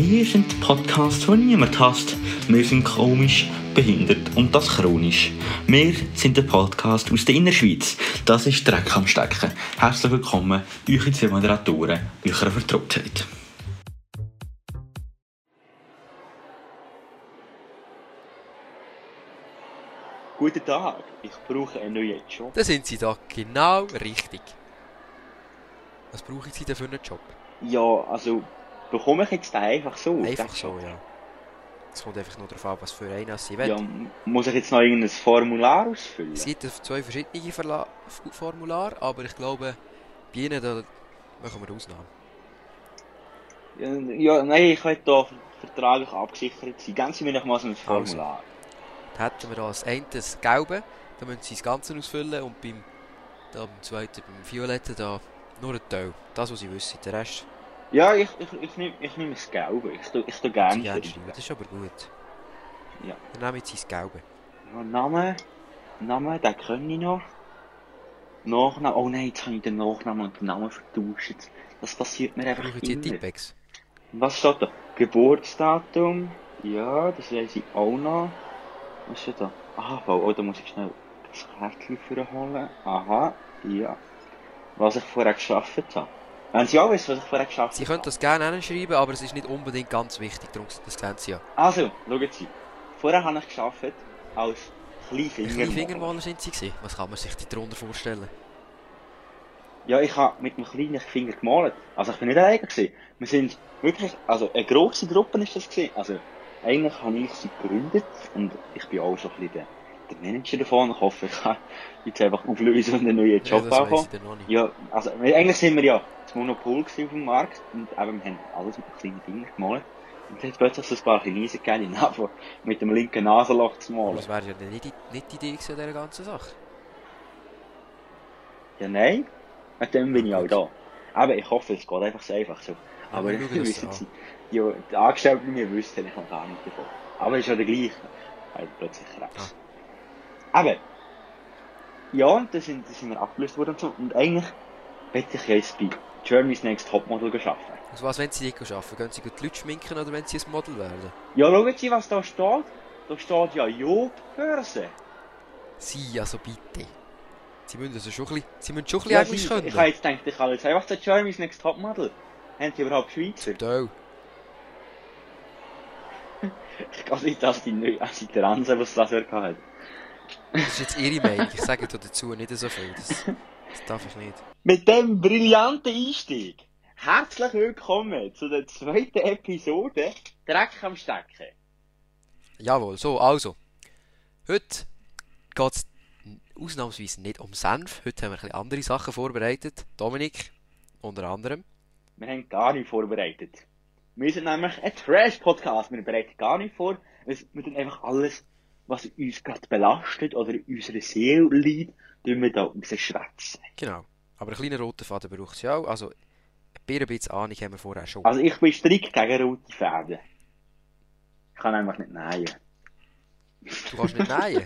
Wir sind der Podcast, den niemand hasst. Wir sind komisch, behindert und das chronisch. Wir sind der Podcast aus der Innerschweiz. Das ist Dreck am Stecken. Herzlich willkommen, eure zwei Moderatoren, eurer Vertrautheit. Guten Tag, ich brauche einen neuen Job. Da sind Sie da genau richtig. Was brauchen Sie denn für einen Job? Ja, also, bekomme ich jetzt den einfach so? Einfach so, ja. Es kommt einfach nur darauf an, was für einen Sie wollen. Ja, muss ich jetzt noch irgendein Formular ausfüllen? Es gibt zwei verschiedene Formulare, aber ich glaube, bei Ihnen da machen wir Ausnahmen. Ja, nein, ich will hier vertraglich abgesichert sein. Geben Sie mir noch mal so ein Formular. Da hätten wir als eine das Gelbe, da müssen Sie das Ganze ausfüllen und beim zweiten, beim Violetten, da nur ein Teil. Das, was Sie wissen, der Rest. Ja, ich nehme das Gelbe. Ich tu gerne schreiben. schreiben. Das ist aber gut. Ja. Dann nehmen Sie das Gelbe. Ja, Name, den kann ich noch. Nachname, oh nein, jetzt habe ich den Nachnamen und den Namen vertauscht. Das passiert mir einfach Brauchen Sie immer. Tippex? Was steht da? Geburtsdatum. Ja, das weiss ich auch noch. Was steht da? Aha, oh, da muss ich schnell das Kärtchen holen. Aha, ja. Was ich vorher geschafft habe. Wenn Sie auch wissen, was ich vorher geschafft habe? Sie können das gerne hinschreiben, aber es ist nicht unbedingt ganz wichtig, darum das sehen Sie ja. Also, schauen Sie. Vorher habe ich geschafft als Kleinfingermaler. Kleinfingermaler sind Sie gewesen? Was kann man sich darunter vorstellen? Ja, ich habe mit einem kleinen Finger gemalt. Also ich bin nicht alleine gewesen. Wir sind wirklich, also eine grosse Gruppe ist das gewesen. Also eigentlich habe ich sie gegründet und ich bin auch so ein bisschen der Manager davon. Ich hoffe, ich kann jetzt einfach auflösen und einen neuen Job das weiss anfangen. ich dann noch nicht. Ja, also eigentlich sind wir ja das Monopol auf dem Markt und eben, wir haben alles mit einem kleinen Finger gemalt. Und dann hat plötzlich so ein paar Chinesen gegeben, die einfach mit dem linken Nasenloch zu Aber malen. das wäre ja nicht die Idee gewesen, dieser ganzen Sache. Ja, nein. Und dann bin ich auch da. Aber ich hoffe, es geht einfach so. Aber wir schauen das wissen an. Sie, ja, die Angestellten bei mir wüssten ich noch gar nicht davon. Aber es ist ja der gleiche. Also plötzlich Krebs. Aber, ja, und dann sind wir abgelöst worden und so. Und eigentlich möchte ich jetzt bei Germany's Next Topmodel arbeiten. Also was, wenn Sie nicht arbeiten? Gehen Sie die Leute schminken oder wenn Sie ein Model werden? Ja, schauen Sie, was da steht. Da steht ja Jobbörse. Sie, also bitte. Sie müssen also schon ein bisschen Ja, Englisch können. ich habe jetzt gedacht, ich kann jetzt einfach zu Germany's Next Topmodel. Haben Sie überhaupt Schweizer? Toll. Ich kann nicht, dass der Anse, was das gehört hat. Das ist jetzt Ihre Meinung. Ich sage dazu nicht so viel. Das darf ich nicht. Mit dem brillanten Einstieg. Herzlich willkommen zu der zweiten Episode Dreck am Stecken. Jawohl, so, also. Heute geht es ausnahmsweise nicht um Senf. Heute haben wir ein bisschen andere Sachen vorbereitet. Dominik, unter anderem. Wir haben gar nicht vorbereitet. Wir sind nämlich ein Trash-Podcast. Wir bereiten gar nicht vor. Wir tun einfach alles, was uns gerade belastet oder in unserer Seele liegt, tun wir da rausschwätzen. Genau. Aber einen kleinen roten Faden braucht es ja auch. Also, ein bisschen Ahnung haben wir vorher schon. Also ich bin strikt gegen rote Fäden. Ich kann einfach nicht nähen. Du kannst nicht nähen?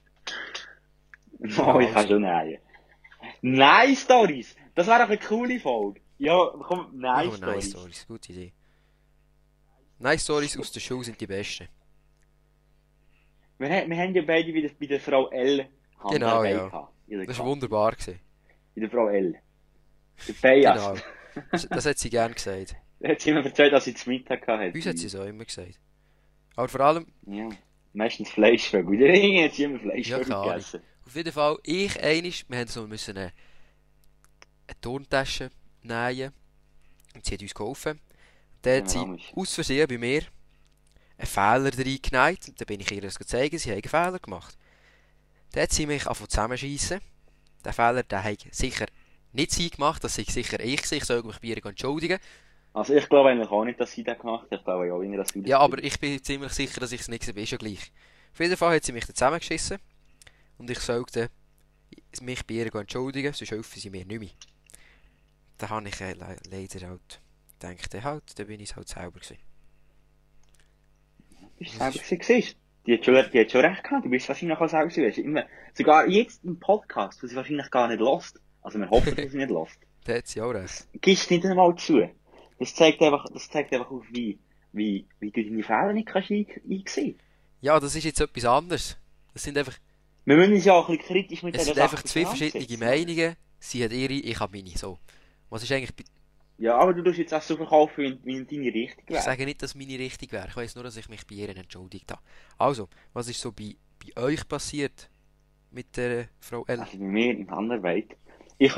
Oh, ich kann schon nähen. Nein-Stories! Das wäre doch eine coole Folge. Ja, komm, Nice Nein-Stories. Stories, gute Idee. Nice Stories aus der Schule sind die besten. Wir haben ja beide bei der Frau L. Genau, Handarbeit ja. gehabt, in der Das Klasse. war wunderbar gewesen. Bei der Frau L. Der Bejas. Genau. Das hat sie gern gesagt. Da hat sie mir erzählt, dass sie zu Mittag hatte. Uns hat sie so immer gesagt. Aber vor allem, Ja, meistens Fleischvögel. Bei der Ringe hat sie immer ja, Fleischvögel keine Ahnung. gegessen. Auf jeden Fall, wir haben so müssen eine Turntasche nähen. Und sie hat uns geholfen. Dann hat sie Dynamisch. aus Versehen bei mir einen Fehler reingeneigt. Und dann bin ich ihr das gezeigt, sie hat einen Fehler gemacht. Dann hat sie mich angefangen zusammenschiessen. Den Fehler, den hat sicher nicht sie gemacht, das sei sicher ich gewesen. Ich soll mich bei ihr entschuldigen. Also ich glaube eigentlich auch nicht, dass sie das gemacht hat. Ich glaube auch nicht, dass du das Ja, aber ich bin ziemlich sicher, dass ich es nicht war, ist ja gleich. Auf jeden Fall hat sie mich dann zusammengeschissen. Und ich sollte mich bei ihr entschuldigen, sonst helfen sie mir nicht mehr. Da habe ich leider halt gedacht, dann bin ich halt selber gewesen. Bist du selber gewesen? Die hat schon recht gehabt. Du bist wahrscheinlich auch selber gewesen. Immer, sogar jetzt im Podcast, wo sie wahrscheinlich gar nicht lost. Also wir hoffen, dass sie nicht lost. Da hat sie auch recht. Gibst nicht einmal zu. Das zeigt einfach auf, wie wie du deine Fehler nicht kannst einsehen. Ja, das ist jetzt etwas anderes. Das sind einfach, Wir müssen uns ja auch ein bisschen kritisch mit es dieser sind einfach Sache zwei verschiedene auseinandersetzen. Meinungen. Sie hat ihre, ich habe meine. So. Was ist eigentlich, Ja, aber du tust jetzt auch so verkaufen, wie deine Richtung ich wäre. sage nicht, dass meine richtig wäre. Ich weiss nur, dass ich mich bei ihr entschuldigt habe. Also, was ist so bei euch passiert mit der Frau L? Also bei mir in Handarbeit. Ich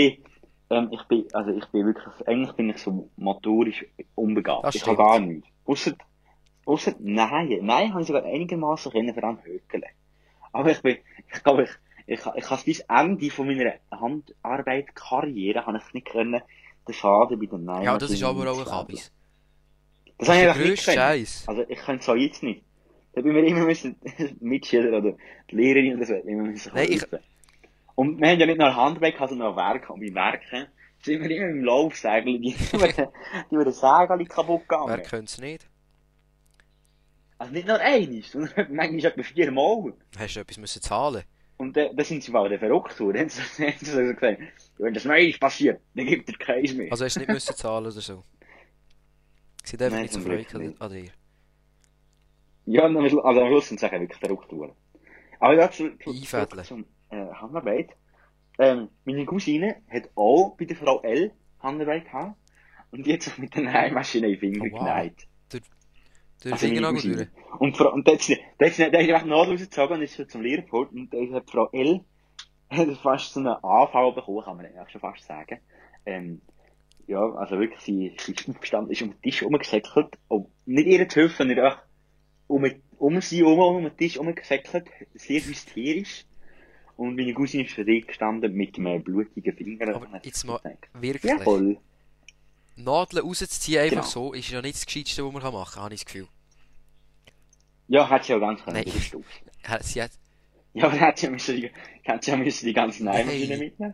bin wirklich, eigentlich bin ich so motorisch unbegabt. Das Ich habe stimmt. gar nichts. Ausser Nein, habe ich sogar einigermaßen können vor allem hökeln. Aber ich glaube, ich habe bis Ende von meiner Handarbeit-Karriere, habe ich nicht können, den Faden bei den Ja, das ist Nähmaschinen aber auch ein einzuweben. Kabis. Das Das habe ist ich der einfach nicht grösste können. Scheiß. Also, ich könnte es auch jetzt nicht. Da bin wir immer müssen, Mitschüler oder die Lehrerin oder so, immer müssen Nein, helfen. Und wir haben ja nicht nur Handwerk, sondern auch Werk. Und beim Werken sind wir immer im Laufsägel, die über den Sägel kaputt Wer gegangen. könnte es nicht? Also nicht nur einmal, sondern manchmal etwa 4 Mal. Hast du etwas müssen zahlen? Und da sind sie mal verrückt worden. Dann haben sie so gesagt, wenn das neu ist passiert, dann gibt er keins mehr. Also hast du nicht müssen zahlen oder so? Sie hat einfach Nein, nicht so zum Freude Glück gehabt nicht. an dir. Ja, und am Schluss sind sie wirklich verrückt worden. Aber ja, zurück Einfädeln. zum Handarbeit. Meine Cousine hat auch bei der Frau L Handarbeit gehabt. Und die hat sich mit der Nähmaschine in den Finger Oh, wow. genäht. Durch den Also meine Fingernagel durch. Cousine. Und da hat sie einfach die Nadel rausgezogen und ist so zum Lehrpult. Und da hat Frau L hat fast so einen Anfall bekommen, kann man ja schon fast sagen. Ja, also wirklich, sie ist aufgestanden, ist um den Tisch rumgesäckelt. Und nicht ihr zu helfen, nicht einfach um sie um den Tisch rumgesäckelt. Sehr hysterisch. Und meine Cousine ist für dich gestanden mit einem blutigen Finger. Aber Und hat jetzt sich mal gedacht, wirklich. jawohl. Nadeln rauszuziehen einfach Genau. so, ist ja nicht das Gescheiteste, was man machen kann, habe ich das Gefühl. Ja, hat sie ja ganz können Nein. durchstoßen. Sie hat, Ja, aber hat sie ja müssen die ganzen Nein. Nähmaschinen mitnehmen.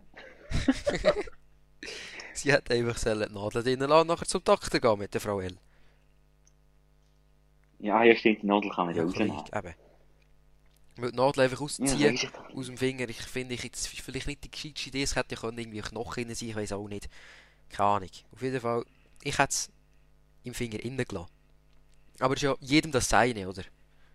sie hat einfach sollen die Nadeln drinnen lassen und nachher zum Doktor gehen mit der Frau L. Ja, ja, stimmt, die Nadel kann man ja Ja, rausnehmen. korrekt, eben. Weil die Nadel einfach Ja, ausziehen weiss ich doch. aus dem Finger, ich finde ich jetzt vielleicht nicht die gescheiteste Idee, es hätte ja können irgendwie ein Knochen drin sein, ich weiß auch nicht. Keine Ahnung. Auf jeden Fall, ich hätte es im Finger innen gelassen. Aber es ist ja jedem das Seine, oder?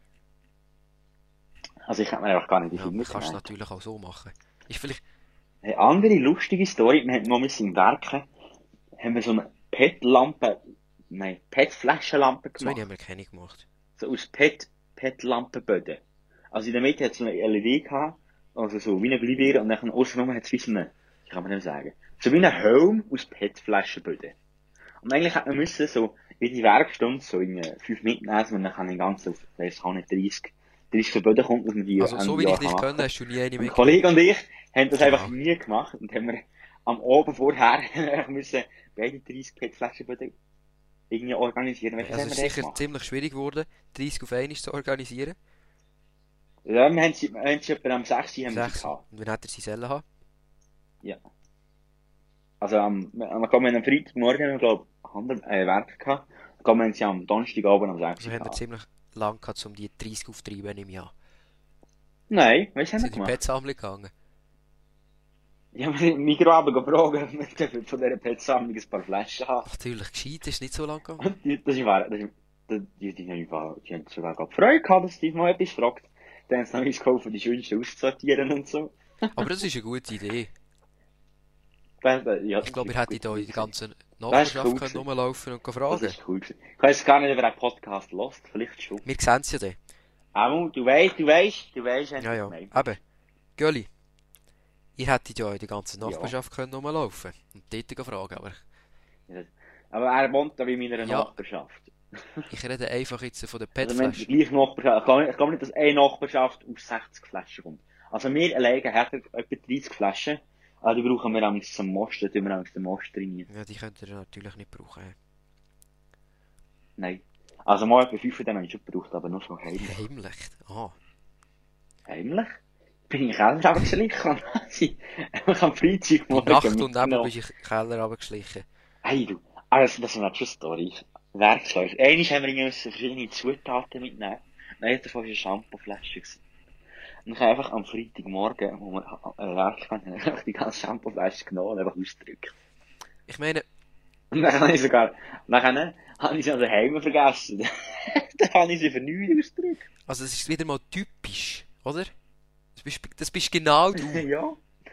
Also ich hätte mir einfach gar nicht die Ja, Finger kannst du genäht. natürlich auch so machen. Ist vielleicht, Eine andere lustige Story, wir haben mal mit im Werken, haben wir so eine PET-Flaschenlampe so eine gemacht. haben wir keine gemacht. So aus PET-Lampenböden. Also in der Mitte hat es so eine LED gehabt, also so wie eine Glühbirne, und dann außenrum hat es wie so eine, wie kann man dem sagen, so wie ein Helm aus PET-Flaschenböden. Und eigentlich hat man müssen so, wie die Werkstunde, so in 5 mitnehmen, und dann kann ich ganz auf, ich weiss auch nicht, 30 Böden kommt, dass man die Also so Ende wie ich Jahr dich machen kenne, hast du nie eine Ein mitgenommen. Kollege und ich haben das Genau. einfach nie gemacht und haben wir am Abend vorher müssen beide 30 PET-Flaschenböden irgendwie organisieren. Weißt du, was Also haben es wir ist das sicher gemacht? ziemlich schwierig geworden, 30 auf einmal zu organisieren. Ja, wir haben sie etwa am 6. haben wir sie 6. gehabt. Und wann hat er sie selber haben? Also am Freitagmorgen haben wir, glaube ich, Werk gehabt. Dann haben sie am Donnerstagabend am 6. Also haben wir gehabt. ziemlich lang gehabt, um die 30 aufzutreiben im Jahr. Nein, weißt du, was haben wir Sind in die gemacht? Pet-Sammlung gegangen. Ja, wir sind Migros gefragt, ob wir dürfen von dieser PET-Sammlung ein paar Flaschen haben. Natürlich, gescheit ist nicht so lang gegangen. Und die haben sogar gerade Freude gehabt, dass die mal etwas fragt. Dann haben sie noch uns geholfen, die schönsten auszusortieren und so. Aber das ist eine gute Idee. Ja, Ich glaube, ihr hättet hier in der ganzen Das ist Nachbarschaft cool können gewesen. rumlaufen und Das fragen. ist cool gewesen. Ich weiss gar nicht, wer den Podcast lost. Vielleicht schon. Wir sehen es ja dann. Auch, du weißt, Ja, ja. Nein. Eben. Göli, ihr hättet ja in der ganzen Ja. Nachbarschaft können rumlaufen und dort fragen, aber Aber er wohnt da bei meiner Ja. Nachbarschaft. ich rede einfach jetzt von der Also wir haben die PET-Flasche. gleiche Nachbarschaft. Ich glaube nicht, dass eine Nachbarschaft aus 60 Flaschen kommt. Also wir alleine haben etwa 30 Flaschen. Aber die brauchen wir am zum Mosten, tun wir am den Most rein. Ja, die könnt ihr natürlich nicht brauchen. Nein. Also mal etwa 5 von denen habe ich schon gebraucht, aber nur so heimlich. Heimlich. Ah. Heimlich? Bin ich in den Keller runtergeschlichen und habe sie einfach am Bei Freitagmorgen Nacht und Nebel mitgenommen. bin ich in den Keller runtergeschlichen. Hey du, also das sind halt schon Storys. Werkzeug. Einmal haben wir irgendwie verschiedene Zutaten mitnehmen. Nein, davon war eine Shampooflasche. Und ich habe einfach am Freitagmorgen, wo wir Werk hatten, einfach die ganze Shampooflasche genommen und einfach ausgedrückt. Ich meine, Und dann habe ich sogar, nachher habe ich sie an daheim vergessen. Dann habe ich sie für nichts ausgedrückt. Also das ist wieder mal typisch, oder? Das bist genau du. Ja.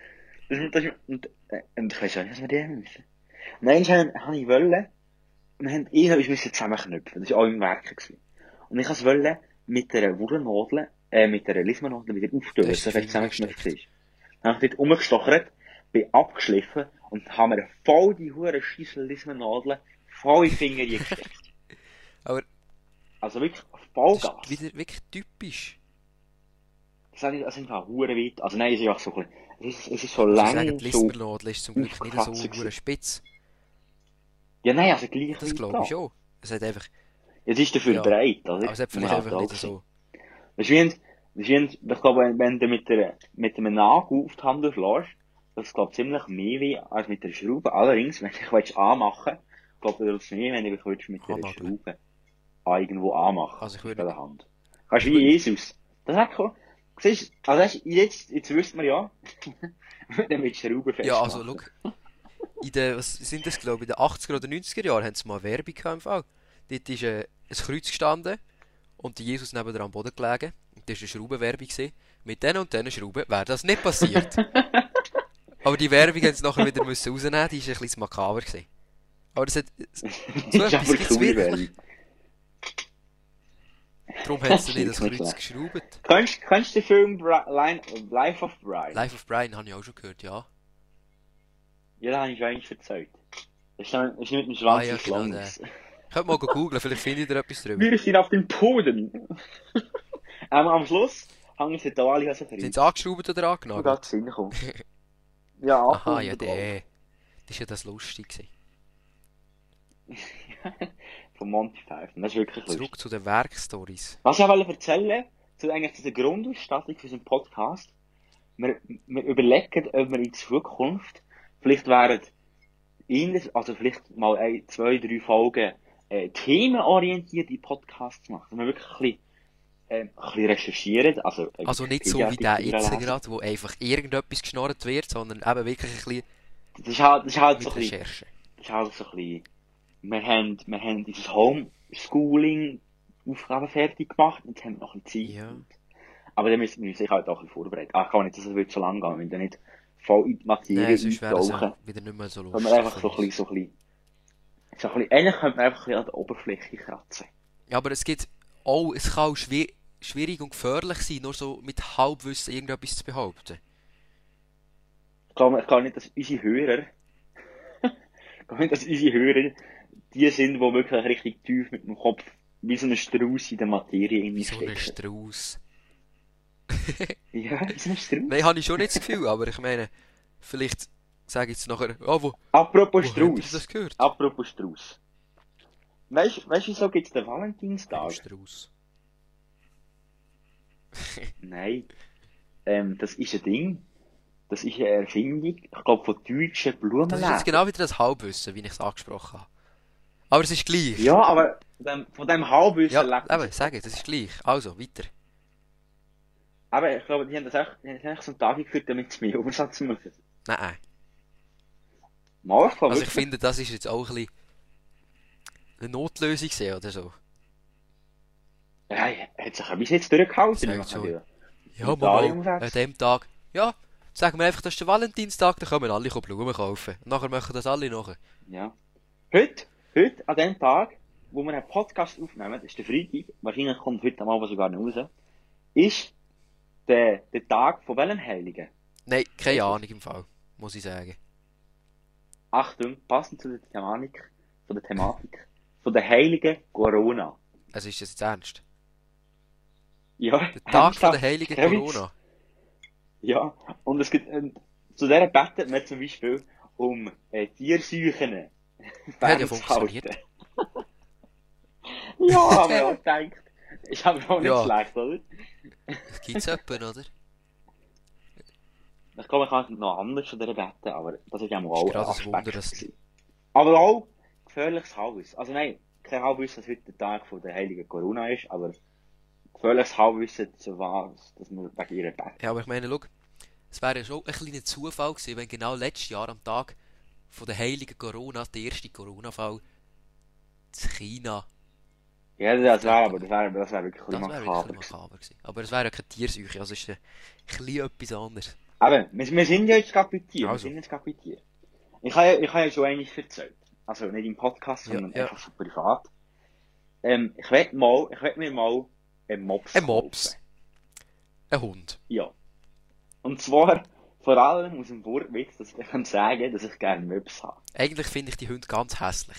Und ich weiss auch nicht, was wir dem müssen. Und irgendwann habe ich wollen, ich musste zusammenknüpfen. Das war auch im Werk gewesen. Und ich wollte mit einer Wurrennadel, mit einer Lismernadel wieder aufstellen, Das ist dass es zusammengeknüpft fingers ist. Dann habe ich dort rumgestochert, bin abgeschliffen und habe mir voll die hure Scheissel Lismernadel voll in die Finger gesteckt. Aber Also wirklich das Vollgas. ist wieder wirklich typisch. Das ist einfach hure weit. Also nein, es ist einfach so ein bisschen, es ist so Ich muss lang, sagen, die so, Lismernadel ist zum Glück nicht so aufgekratzt hure spitz. ja nein, also gleich Das weit glaube ich dran. schon. Es hat einfach, Es ist dafür ja, breit, oder? aber es hat Muss vielleicht man einfach halt nicht auch so. Das ist ich glaube, wenn du mit einem Nagel auf die Hand auflässt, das ist, glaube ich, ziemlich mehr weh als mit der Schraube. Allerdings, wenn du dich anmachen willst, glaube ich, tut es mehr, wenn du dich mit der Annageln. Schraube irgendwo anmachen Also ich mit würde, der Hand. Kannst du wie Jesus. Das hat cool. Siehst du, also jetzt wüsste man ja, dann mit Schrauben ja, also festmachen. schau, was sind das, glaube ich, in den 80er oder 90er Jahren haben sie mal Werbung gehabt im Fall. Dort ist ein Kreuz gestanden und der Jesus neben am Boden gelegen. Und das war eine Schraubenwerbung gewesen. Mit diesen und diesen Schrauben wäre das nicht passiert. Aber die Werbung haben sie nachher wieder müssen rausnehmen, die war ein bisschen makaber gewesen. Aber das hat, so Das ist etwas aber gibt es cool, wirklich. Werbung. Darum haben sie nicht das Nicht Kreuz schlecht. geschraubt. Kennst du den Film Life of Brian? Life of Brian habe ich auch schon gehört, ja. Ja, da habe ich schon eigentlich erzählt. Das ist mit dem Ah Schwanz ja, des genau, Landes. Ich könnte mal googeln, vielleicht finde ich da etwas drüber. Wir sind auf dem Boden. Am Schluss hängen sie da alle so Sind rein. sie angeschraubt oder Und da angenagelt? zu kommen. Ja, Aha, ja, abgeholt, glaub der. Das ist ja das lustig gewesen. ich. Von Monty Python. Das ist wirklich lustig. Zurück zu den Werkstories. Was ich wollte erzählen, eigentlich zu der Grundausstattung für unseren Podcast. Wir überlegen, ob wir in Zukunft vielleicht also vielleicht mal 1, 2, 3 Folgen themenorientierte Podcasts machen. Dass wir wirklich ein bisschen recherchieren. Also nicht so wie der jetzt gerade, wo einfach irgendetwas geschnorrt wird, sondern eben wirklich ein bisschen Das ist halt so ein mit bisschen, Recherche. das ist halt so ein bisschen, wir haben dieses Homeschooling Aufgaben fertig gemacht, jetzt haben wir noch ein bisschen Zeit. Ja. Aber dann müssen wir sich halt auch ein bisschen vorbereiten. Ich kann nicht, dass es so lang gehen, wenn wir nicht voll in die Materie Nein, sonst wäre es eintauchen. ja wieder nicht mehr so Wenn lustig. wir einfach für uns. eigentlich könnte man einfach ein bisschen an der Oberfläche kratzen. Ja, aber es kann auch schwierig und gefährlich sein, nur so mit Halbwissen irgendetwas zu behaupten. Ich glaube nicht, dass unsere Hörer, die sind, die wirklich richtig tief mit dem Kopf, wie so ein Strauß in der Materie Wie so ein stecken. Strauß. Ja, wie so ein Strauß. Nein, habe ich schon nicht das Gefühl, aber ich meine, vielleicht sage ich jetzt nachher, wo Apropos habt ihr Strauß. das gehört? Apropos Strauß. Weißt du, wieso gibt's den Ein Valentinstag? Strauß. Nein. Das ist ein Ding. Das ist eine Erfindung, ich glaube, von deutschen Das ist jetzt Blumenläden. genau wieder das Halbwissen, wie ich es angesprochen habe. Aber es ist gleich. Ja, aber von dem Halbwissen Ja, lebt eben, sage ich, das ist gleich. Also, weiter. Aber ich glaube, die haben echt so einen Tag geführt, damit sie mehr Umsatz machen. Nein. Mal, ich glaube Also ich wirklich. finde, das ist jetzt auch ein bisschen eine Notlösung gewesen, oder so. Ja, hat sich bis jetzt durchgehalten. Sagt Ich mache so. ja. Ja, Italien mal, an umsetzt. dem Tag, ja, sagen wir einfach, das ist der Valentinstag, dann können alle Blumen kaufen. Und nachher machen das alle nachher. Ja. Heute, an dem Tag, wo wir einen Podcast aufnehmen, das ist der Freitag, wahrscheinlich kommt heute am Abend sogar noch raus, ist der Tag von welchem Heiligen? Nein, keine Ahnung im Fall, muss ich sagen. Achtung, passend zu der Thematik, von der Heiligen Corona. Also ist das jetzt ernst? Ja, Der Tag von der ernsthaft, heiligen kein Witz. Corona. Ja, und es gibt, zu dieser betet man zum Beispiel um Tierseuchen Hat ja funktioniert. Ja, aber ich auch gedacht, ist aber auch nicht Ja. schlecht, oder? Das gibt's jemanden, oder? Ich glaube, ich kann noch anders zu dieser beten, aber das ist ja mal auch gerade ein ein Wunder, Aspekt dass- gewesen. Aber auch gefährliches Halbwissen. Also nein, kein Halbwissen, dass heute der Tag von der heiligen Corona ist, aber gefährliches Halbwissen zu was, dass man wegen ihrer betet. Ja, aber ich meine, schau, es wäre ja schon ein kleiner Zufall gewesen, wenn genau letztes Jahr am Tag von der heiligen Corona, der erste Corona-Fall, in China. Ja, das wäre wirklich ein Das bisschen wäre wirklich ein makaber bisschen gewesen. makaber gewesen. Aber es wäre ja keine Tierseuche, also es ist ein bisschen etwas anderes. Aber, wir sind ja jetzt gerade bei Tieren, Also. wir sind jetzt gerade bei Tieren. Ich habe ja schon einiges erzählt. Also nicht im Podcast, sondern Ja. einfach so privat. Ich will mir mal einen Mops Ein Mops. kaufen. Ein Hund. Ja. Und zwar vor allem aus dem Wortwitz, dass ich kann sagen, dass ich gerne Mops habe. Eigentlich finde ich die Hunde ganz hässlich.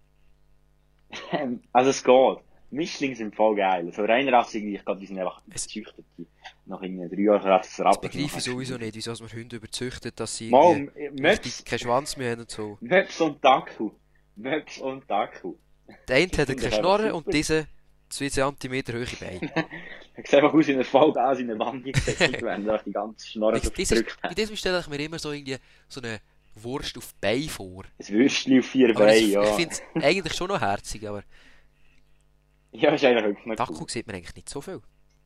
Also es geht. Mischlinge sind voll geil. Also reinrassig, ich glaube, die sind einfach gezüchtet. Nach in 3 Jahren hat es Das begreife ich sowieso nicht, wieso man Hunde überzüchtet, dass sie Mal, irgendwie Möps, richtig keinen Schwanz mehr haben und so. Möps und Daku. Möps und Daku. Der eine hat finde keine ich Schnorren einfach und super. diese 2 cm hohe Beine. Er sieht einfach aus wie ein Vollgas in eine Wand gesetzt, wenn er die ganze Schnorre so Bei verdrückt bei hat. diesem stelle ich mir immer so irgendwie so eine Wurst auf Bein vor. Ein Würstchen auf 4 Aber Beine, ich ja. finde es eigentlich schon noch herzig, aber Ja, ist eigentlich wirklich noch Dackel cool. sieht man eigentlich nicht so viel.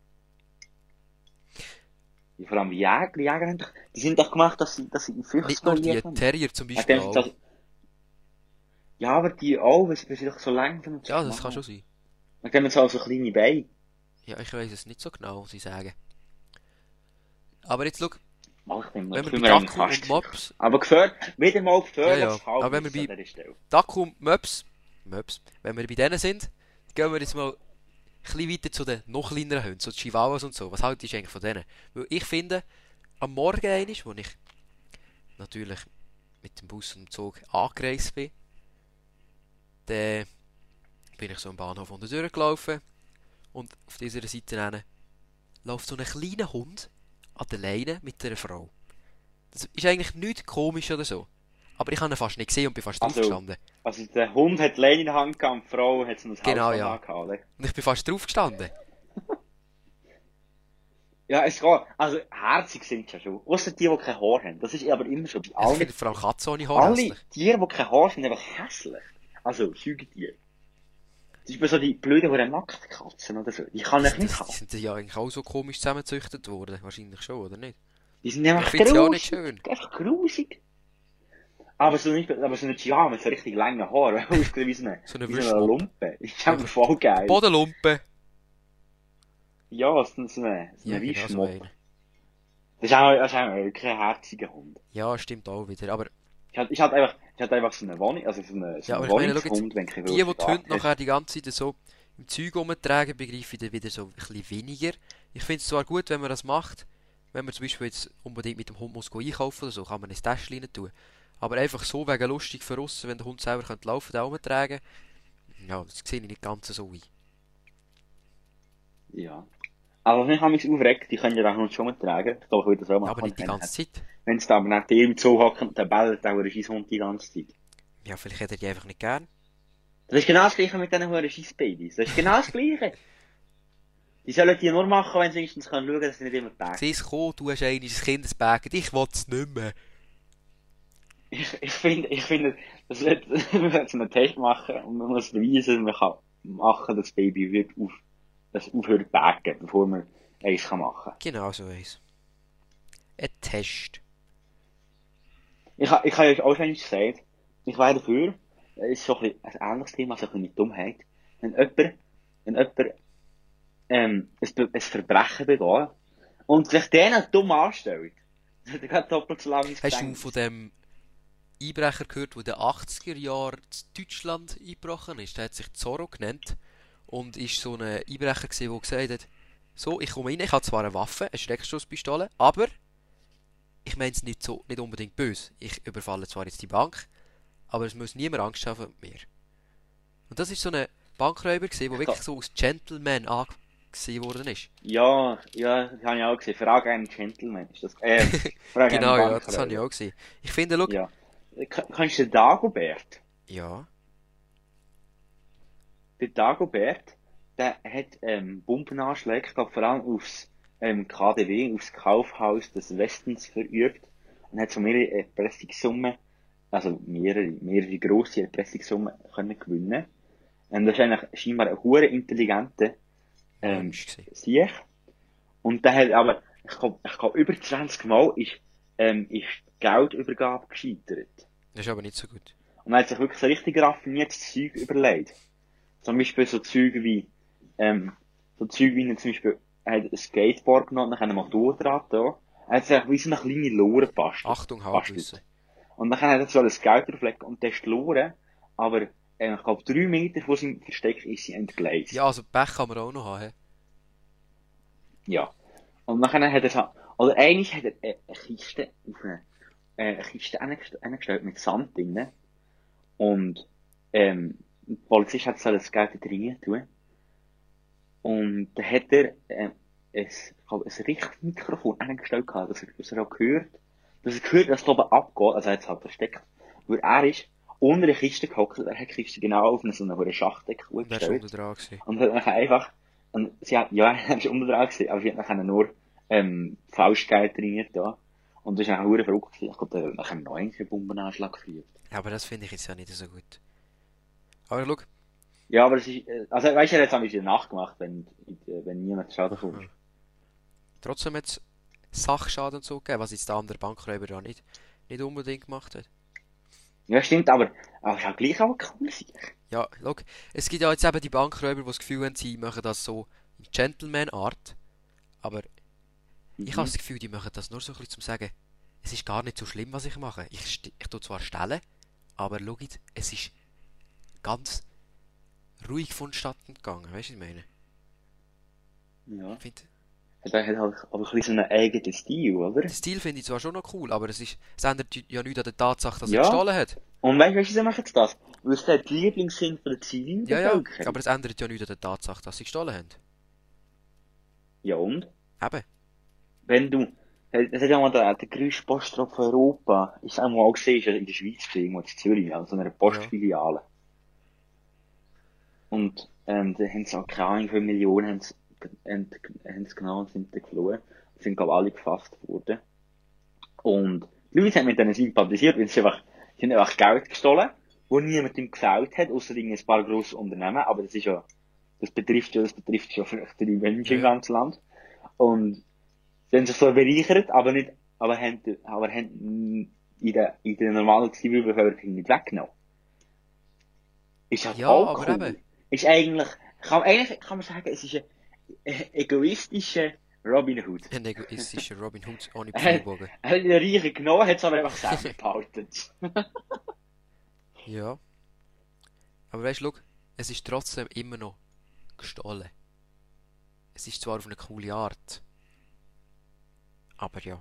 Ja, vor allem die Jäger haben doch, die sind doch gemacht, dass sie in Füchse Nicht nur die verlieren. Terrier zum Ja, Beispiel dem sind auch. doch, ja, aber die auch, weil sie doch so langsam und so Ja, das kann machen. schon sein. Und dann haben sie auch so kleine Beine. Ja, ich weiß es nicht so genau, muss ich sagen. Aber jetzt schau, Mach ich nicht mehr. wenn Ich wir bin bei mir eigentlich Dackel fast und sicher. Mops, Aber wieder mal gefährliches Ja, ja. Aber wenn wir Halbwissen bei- an dieser Stelle. Dackel und Möps, wenn wir bei denen sind, gehen wir jetzt mal ein bisschen weiter zu den noch kleineren Hunden, so die Chihuahuas und so. Was haltest du eigentlich von denen? Weil ich finde, am Morgen einmal, wo ich natürlich mit dem Bus und dem Zug angereist bin, dann bin ich so am Bahnhof unten durchgelaufen und auf dieser Seite hin läuft so ein kleiner Hund an der Leine mit einer Frau. Das ist eigentlich nichts komisch oder so. Aber ich habe ihn fast nicht gesehen und bin fast Also, draufgestanden. Also der Hund hat die Leine in der Hand gehabt und die Frau hat so ein Genau, Halsband ja. angehabt, oder? Und ich bin fast draufgestanden. Ja, es geht. Also herzig sind sie ja schon. Ausser die keine Haare haben. Das ist aber immer schon bei Also ich allen. finde vor allem Katzen ohne Haare Alle hässlich. Tiere, die keine Haare haben, sind einfach hässlich. Also Säugetiere. Zum Beispiel so die blöden, die Nacktkatzen oder so. Die kann ich nicht Die haben. sind ja eigentlich auch so komisch zusammengezüchtet worden. Wahrscheinlich schon, oder nicht? Die sind Ich einfach finde sie auch nicht grusig. schön. Einfach grusig. Aber so eine Chihuahua mit so richtig langen Haaren, aussieht wie so eine, So eine wie so eine Wurstmob. Lumpe. Ist einfach voll geil. Bodenlumpe. Ja, so eine Ja, genau so Wischmob. eine. Das ist auch wirklich ein herziger Hund. Ja, stimmt auch wieder. Aber Ich hatte einfach so eine Wohnung, also so eine Ja, aber ich meine, schau Wohnungshund, wenn kein die die Wurst Hunde da ist. nachher die ganze Zeit so im Zeug rumtragen, begreife ich dann wieder so ein bisschen weniger. Ich finde es zwar gut, wenn man das macht, wenn man zum Beispiel jetzt unbedingt mit dem Hund muss einkaufen oder so, kann man ein Täschchen rein tun. Aber einfach so wegen lustig für aussen, wenn der Hund selber könnte laufen, den rumtragen, ja, das sehe ich nicht ganz so ein. Ja. Also ich habe mich aufgeregt, die können ja den Hund schon mal tragen. Ich glaube, ich würde das auch machen. Aber nicht die ganze Zeit. Wenn es da aber neben dir im Zoo hocken, dann bellt auch ein Scheisshund die ganze Zeit. Ja, vielleicht hätte er die einfach nicht gern. Das ist genau das Gleiche mit diesen hohen Scheissbabys. Das ist genau das Gleiche. Die sollen die nur machen, wenn sie wenigstens schauen können, dass sie nicht immer packen. Sieh es kommen, du hast einiges Kindesbagen, ich will es nicht mehr. Ich finde, das wird, wir müssen einen Test machen und man muss beweisen, man kann machen, dass das Baby wird das aufhört zu packen, bevor man eins machen kann. Genau so eins. Ein Test. Ich habe ja auch schon einmal gesagt, ich wäre dafür, das ist so ein ähnliches Thema, so ein bisschen mit Dummheit, wenn jemand ein Verbrechen begeht und sich dann dumm anstellt, dann hat er gerade doppelt so lange ins Hast du Gefängnis. von dem Einbrecher gehört, der in den 80er Jahren in Deutschland eingebrochen ist? Der hat sich Zorro genannt und ist so ein Einbrecher gewesen, der gesagt hat, so, ich komme rein, ich habe zwar eine Waffe, eine Schreckschusspistole, aber ich meine es nicht unbedingt böse. Ich überfalle zwar jetzt die Bank, aber es muss niemand Angst haben vor mir. Und das ist so ein Bankräuber gewesen, der wirklich so als Gentleman angesehen worden ist. Ja, das habe ich auch gesehen. Frage einen Gentleman ist das. Frage Genau, einen ja, das habe ich auch gesehen. Ich finde, schau, Ja. Kennst du den Dagobert? ja, Der Dagobert, der hat Bombenanschläge, ich glaube vor allem aufs KDW, aufs Kaufhaus des Westens verübt und hat so mehrere Erpressungssummen, also mehrere grosse Erpressungssummen können gewinnen. Und das ist eigentlich scheinbar ein hure intelligenter Mensch gewesen. Sieg. Und der hat aber, ich glaub, über 20 Mal ist die Geldübergabe gescheitert. Das ist aber nicht so gut. Und er hat sich wirklich so richtig raffiniertes Zeug überlegt. Zum Beispiel so Züge wie, zum Beispiel, er hat ein Skateboard genommen, dann ein Motorrad da. Er hat sich wie so eine kleine Lore gebastelt. Achtung, Halbwissen. Und dann hat er so ein Geld drauflegen und das ist die Lore, aber, ich glaube, 3 Meter von seinem Versteck ist sie entgleist. Ja, also Pech kann man auch noch haben. Ja. Und nachher hat er so, oder eigentlich hat er eine Kiste auf eine Kiste angestellt mit Sand drin. Und, der Polizist hat so das Geld da rein tun. Und dann hat er, ich glaube, ein Richtmikrofon angestellt gehabt, dass er auch gehört, dass es oben abgeht, also er hat es halt versteckt. Weil er ist unter der Kiste gehockt, er hat die Kiste genau auf so eine Schachtdecke Wer ist gestellt. unten dran gewesen? Und hat dann einfach, und sie hat, ja, er ist unten dran gewesen, aber sie hat dann nur, Falschgeld trainiert da. Und das ist dann auch verrückt gewesen. Ich glaube, der hat nachher einen neuen Bombenanschlag geführt. Ja, aber das finde ich jetzt ja nicht so gut. Aber schau, Ja, aber es ist, also, weißt du, er hat es auch in der Nacht gemacht, wenn niemand Schaden kommt. trotzdem hat es Sachschaden und so gegeben, was jetzt der andere Bankräuber ja nicht unbedingt gemacht hat. Ja, stimmt, aber es ist auch gleich auch eine coole Sache. Ja, schau, es gibt ja jetzt eben die Bankräuber, die das Gefühl haben, sie machen das so in Gentleman-Art, aber ich habe das Gefühl, die machen das nur so ein bisschen zum sagen, es ist gar nicht so schlimm, was ich mache. Ich tue zwar stellen, aber schau jetzt, es ist ganz ruhig vonstatten gegangen, weißt du, was ich meine? Ja. Ich finde, Er hat halt aber ein bisschen so einen eigenen Stil, oder? den Stil finde ich zwar schon noch cool, aber es ändert ja nichts an der Tatsache, dass er Ja. gestohlen hat. Und weißt du, wieso machen sie das? Weil es die Lieblings sind von der Ja, ja, Zivilbevölkerung. aber es ändert ja nichts an der Tatsache, dass sie gestohlen haben. Ja, und? Eben. Wenn du, es hat ja mal der grösste Poststroph von Europa, ist auch mal gesehen, ist ja in der Schweiz gesehen, irgendwo in Zürich, also in einer Postfiliale. Und, da haben sie auch keine Ahnung, wie viele Millionen haben sie genommen und sind da geflohen. Sind, glaube ich, alle gefasst worden. Und die Leute haben mit denen sympathisiert, weil sie haben einfach Geld gestohlen, wo niemandem gefällt hat, außer ein paar grosse Unternehmen, aber das betrifft ja vielleicht die Menschen im ganzen Land. Und sie haben sich so bereichert, aber haben in der normalen Zivilbevölkerung nicht weggenommen. Ist halt Ja, auch aber cool. eben. Ist eigentlich kann man sagen, es ist ein egoistischer Robin Hood. Ein egoistischer Robin Hood ohne Er hat Pfeilbogen. den Reichen genommen, hat es aber einfach selber behalten. Ja. Aber weißt du, schau, es ist trotzdem immer noch gestohlen. Es ist zwar auf eine coole Art. Aber ja.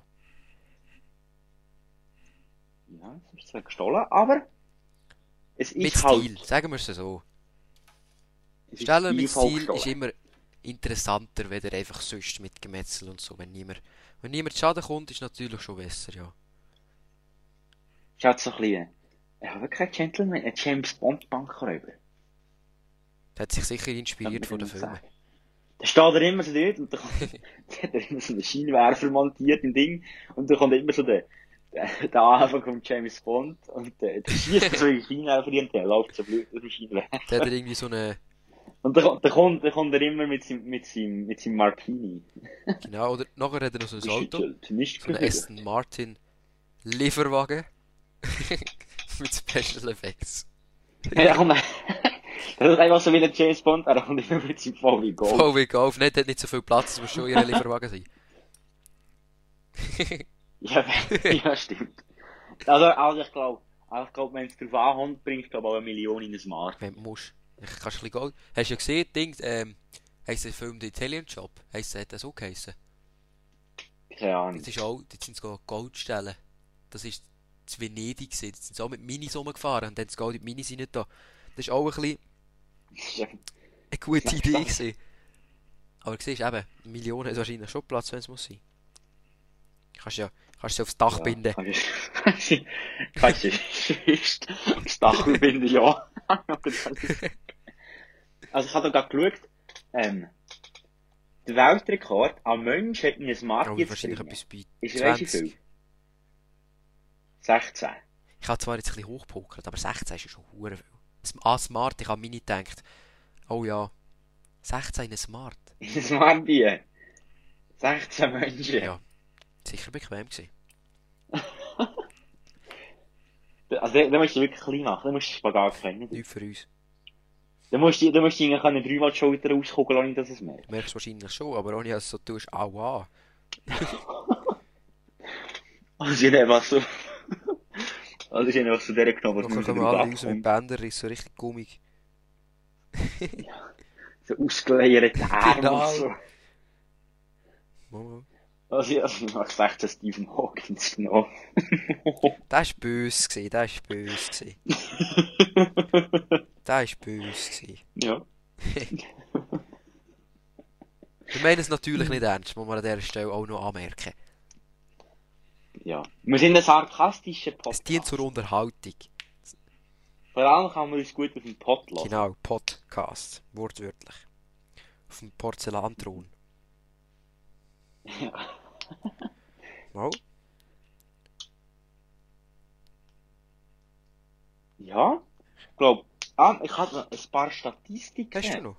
Ja, es ist zwar gestohlen, aber es Mit ist Stil, halt... sagen wir es so. Es ist Stellen mit stilvoll Stil ist gestohlen. immer interessanter, weder einfach sonst mit Gemetzel und so. Wenn niemand Schaden kommt, ist natürlich schon besser, ja. Ist halt so ein bisschen... Ich habe wirklich ein Gentleman, ein James Bond Bankräuber. Der hat sich sicher inspiriert von den Filmen. Da steht er immer so dort und da hat er immer so einen Scheinwerfer montiert im Ding und da kommt immer so der Anfang von James Bond und der schießt so in Scheinwerfer und der läuft so blöd aus dem Scheinwerfer. Der hat irgendwie so eine... Und da kommt er immer mit seinem Martini. Genau, oder nachher hat er noch so ein Auto. Nicht So einen Aston Martin Lieferwagen. Mit Special Effects. Ja, komm, das ist einfach so wie ein James Bond, er kommt immer mit seinem VW Golf. VW Golf, nicht, hat nicht so viel Platz, es muss schon ihr Lieferwagen sein. Ja, stimmt. Also ich glaube, wenn es drauf ankommt, bringst du glaube auch 1 Million in ein Smart. Wenn du musst. Ich kannst ein bisschen Gold. Hast du ja gesehen, Ding, heisst der Film The Italian Job? Hat das auch geheissen? Keine Ahnung. Das ist auch, dort sind sie Goldstellen. Das ist zu Venedig gewesen. Dort sind sie auch mit Minis rumgefahren und dann das Gold in die Minis rein da. Das ist auch ein bisschen eine gute Idee gewesen. Aber du siehst eben, Millionen ist wahrscheinlich schon Platz, wenn es muss sein. Kannst du aufs Dach binden. Kannst du aufs Dach binden, ja. Also ich habe da gerade geschaut, der Weltrekord am Mensch hat in ein Smart Oh, jetzt wahrscheinlich drin. etwas bei Ist weißt du wie 20. viel? 16. Ich habe zwar jetzt ein bisschen hochgepokert, aber 16 ist ja schon hure viel. Smart, ich habe Mini gedacht, oh ja, 16 in einem Smart. In ein Smart Bier. 16 Menschen. Ja, sicher bequem gewesen. Also da musst du wirklich klein machen, da musst du Spagat können. Nichts für uns. Du musst irgendwie dreimal die Schulter rausgucken, ohne dass es merkt. Du merkst wahrscheinlich schon, aber ohne dass du so tust, aua. Also ich habe so... Also ich habe so der genommen, was Nachher mir kommen so alle drauf raus mit kommt. Bänderriss, so richtig gummig. So ausgeleierte Arme Genau. und so. Mal. Also ich habe gesagt, dass Stephen Hawkins genommen. Das war böse gewesen, das war böse gewesen. Das war böse gewesen. Ja. Wir meinen es natürlich nicht ernst, muss man an dieser Stelle auch noch anmerken. Ja. Wir sind ein sarkastischer Podcast. Es dient zur Unterhaltung. Vor allem kann man uns gut auf den Pott lassen. Genau, Podcast, wortwörtlich. Auf dem Porzellanthron. Ja. Mal? Ja. Ich glaube, ich habe noch ein paar Statistiken. Hast du noch?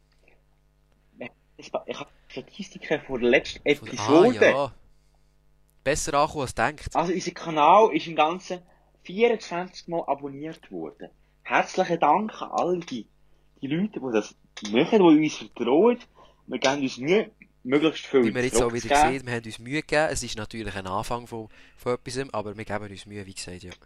Ich habe Statistiken von der letzten Ah Episode. ja. Besser ankommen als denkt. Also unser Kanal ist im Ganzen 24 Mal abonniert worden. Herzlichen Dank an all die Leute, die das machen, die uns vertrauen. Wir geben uns Mühe, möglichst viel Wie wir jetzt auch wieder zurückzugeben. sehen, wir haben uns Mühe gegeben. Es ist natürlich ein Anfang von etwas, aber wir geben uns Mühe, wie gesagt, ja.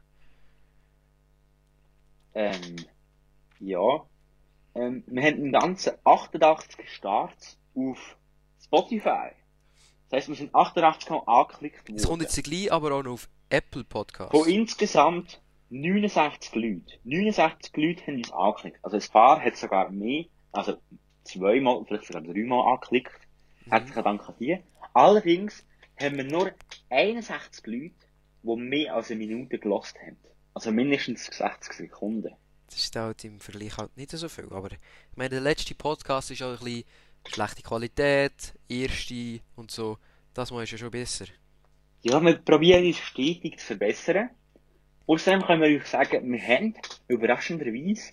Ja. Wir haben im Ganzen 88 Starts auf Spotify. Das heisst, wir sind 88 Mal angeklickt Es kommt worden. jetzt gleich aber auch noch auf Apple Podcasts. Von insgesamt 69 Leuten. 69 Leute haben uns angeklickt. Also ein paar hat sogar mehr, also zweimal, vielleicht sogar dreimal angeklickt. Herzlichen Dank an die. Allerdings haben wir nur 61 Leute, die mehr als eine Minute gelost haben. Also mindestens 60 Sekunden. Das ist halt im Vergleich halt nicht so viel, aber ich meine, der letzte Podcast ist auch ein bisschen schlechte Qualität, erste und so. Das mal ist ja schon besser. Ja, wir probieren uns stetig zu verbessern. Außerdem können wir euch sagen, wir haben überraschenderweise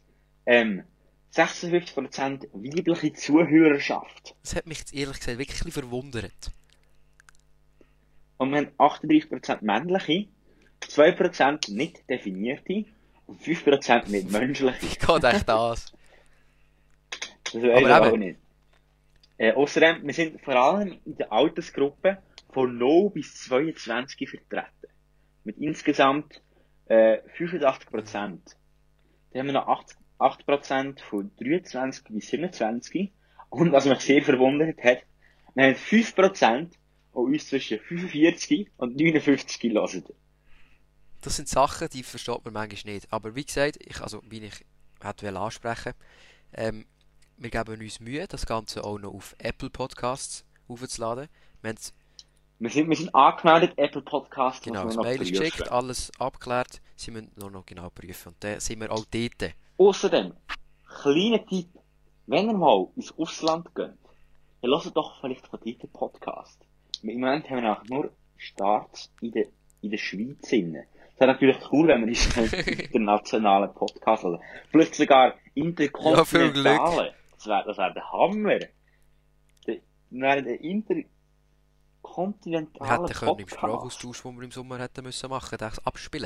56% weibliche Zuhörerschaft. Das hat mich jetzt ehrlich gesagt wirklich ein bisschen verwundert. Und wir haben 38% männliche, 2% nicht definierte und 5% nicht menschliche. Ich kann echt das. Das weiß ich Aber auch eben. nicht. Außerdem, wir sind vor allem in der Altersgruppe von 0 bis 22 vertreten. Mit insgesamt 85%. Dann haben wir noch 8% von 23 bis 27. Und was mich sehr verwundert hat, wir haben 5%, die uns zwischen 45 und 59 hören. Das sind Sachen, die versteht man manchmal nicht. Aber wie gesagt, wie ich hätte ansprechen wollte, wir geben uns Mühe, das Ganze auch noch auf Apple Podcasts aufzuladen. Wir sind angemeldet, Apple Podcasts, Genau, muss das man noch Mail ist prüfen. geschickt, alles abgeklärt. Sie müssen nur noch genau prüfen. Und dann sind wir auch dort. Außerdem, kleiner Tipp, wenn ihr mal ins Ausland geht, dann hört doch vielleicht von dort den Podcast. Im Moment haben wir auch nur Starts in der Schweiz inne. Das wäre natürlich cool, wenn wir uns einen internationalen Podcast, oder vielleicht sogar interkontinentalen. Das wäre der Hammer. Wir wären ein interkontinentaler Wir hätten können im Podcast. Sprachaustausch, den wir im Sommer hätten müssen machen, das abspielen.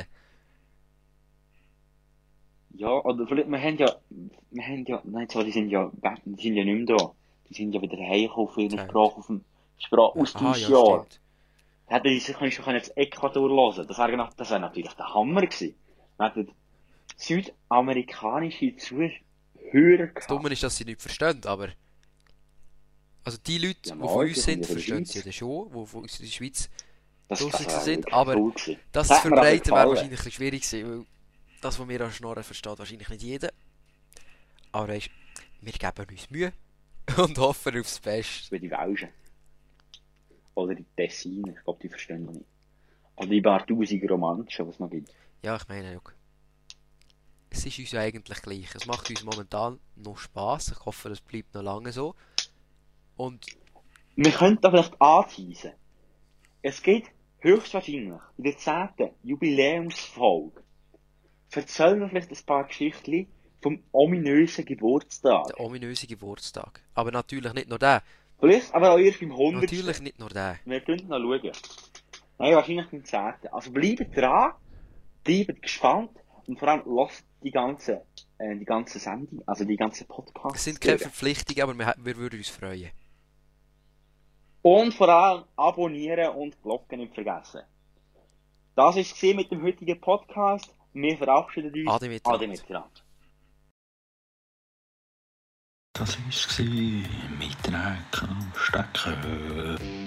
Ja, oder vielleicht, nein, zwar, die sind ja weg, die sind ja nicht mehr da. Die sind ja wieder heimgekommen für ihre Ja. Sprache auf dem Sprachaustauschjahr. ja, stimmt. Hätten die sich schon ins Ecuador hören. Das wäre natürlich der Hammer gewesen. Wir hätten südamerikanische Zuhörer Das gehabt. Dumme ist, dass sie nicht verstehen, aber... Also die Leute, Ja, die mal, von die uns kommen sind, ja von der verstehen sie Schweiz. ja schon, die von uns in der Schweiz Das draussen wäre sind, wirklich aber cool gewesen. das Das zu hat mir aber verbreiten wäre gefallen. wahrscheinlich ein bisschen schwierig gewesen, weil das, was wir an Schnorren versteht, wahrscheinlich nicht jeder. Aber weisst, wir geben uns Mühe und hoffen aufs Beste. Wie die Welschen. Oder die Tessiner. Ich glaube, die verstehen noch nicht. Oder die paar tausend Romanischen, was es noch gibt. Ja, ich meine, schau. Es ist uns ja eigentlich gleich. Es macht uns momentan noch Spass. Ich hoffe, es bleibt noch lange so. Und Wir könnten da vielleicht anteasen. Es geht höchstwahrscheinlich in der 10. Jubiläumsfolge. Erzählen wir vielleicht ein paar Geschichten vom ominösen Geburtstag. der ominöse Geburtstag. Aber natürlich nicht nur der. Vielleicht aber auch erst beim 100. Natürlich nicht nur der. Wir können noch schauen. Nein, wahrscheinlich beim 10. Also bleibt dran, bleibt gespannt und vor allem lasst die ganzen die ganze Sendung, also die ganzen Podcasts. Es sind keine Verpflichtungen, aber wir würden uns freuen. Und vor allem abonnieren und Glocken nicht vergessen. Das war es mit dem heutigen Podcast. Wir verabschieden uns. Ade miteinander. Ade miteinander. Das war es mit Dreck am Stecken.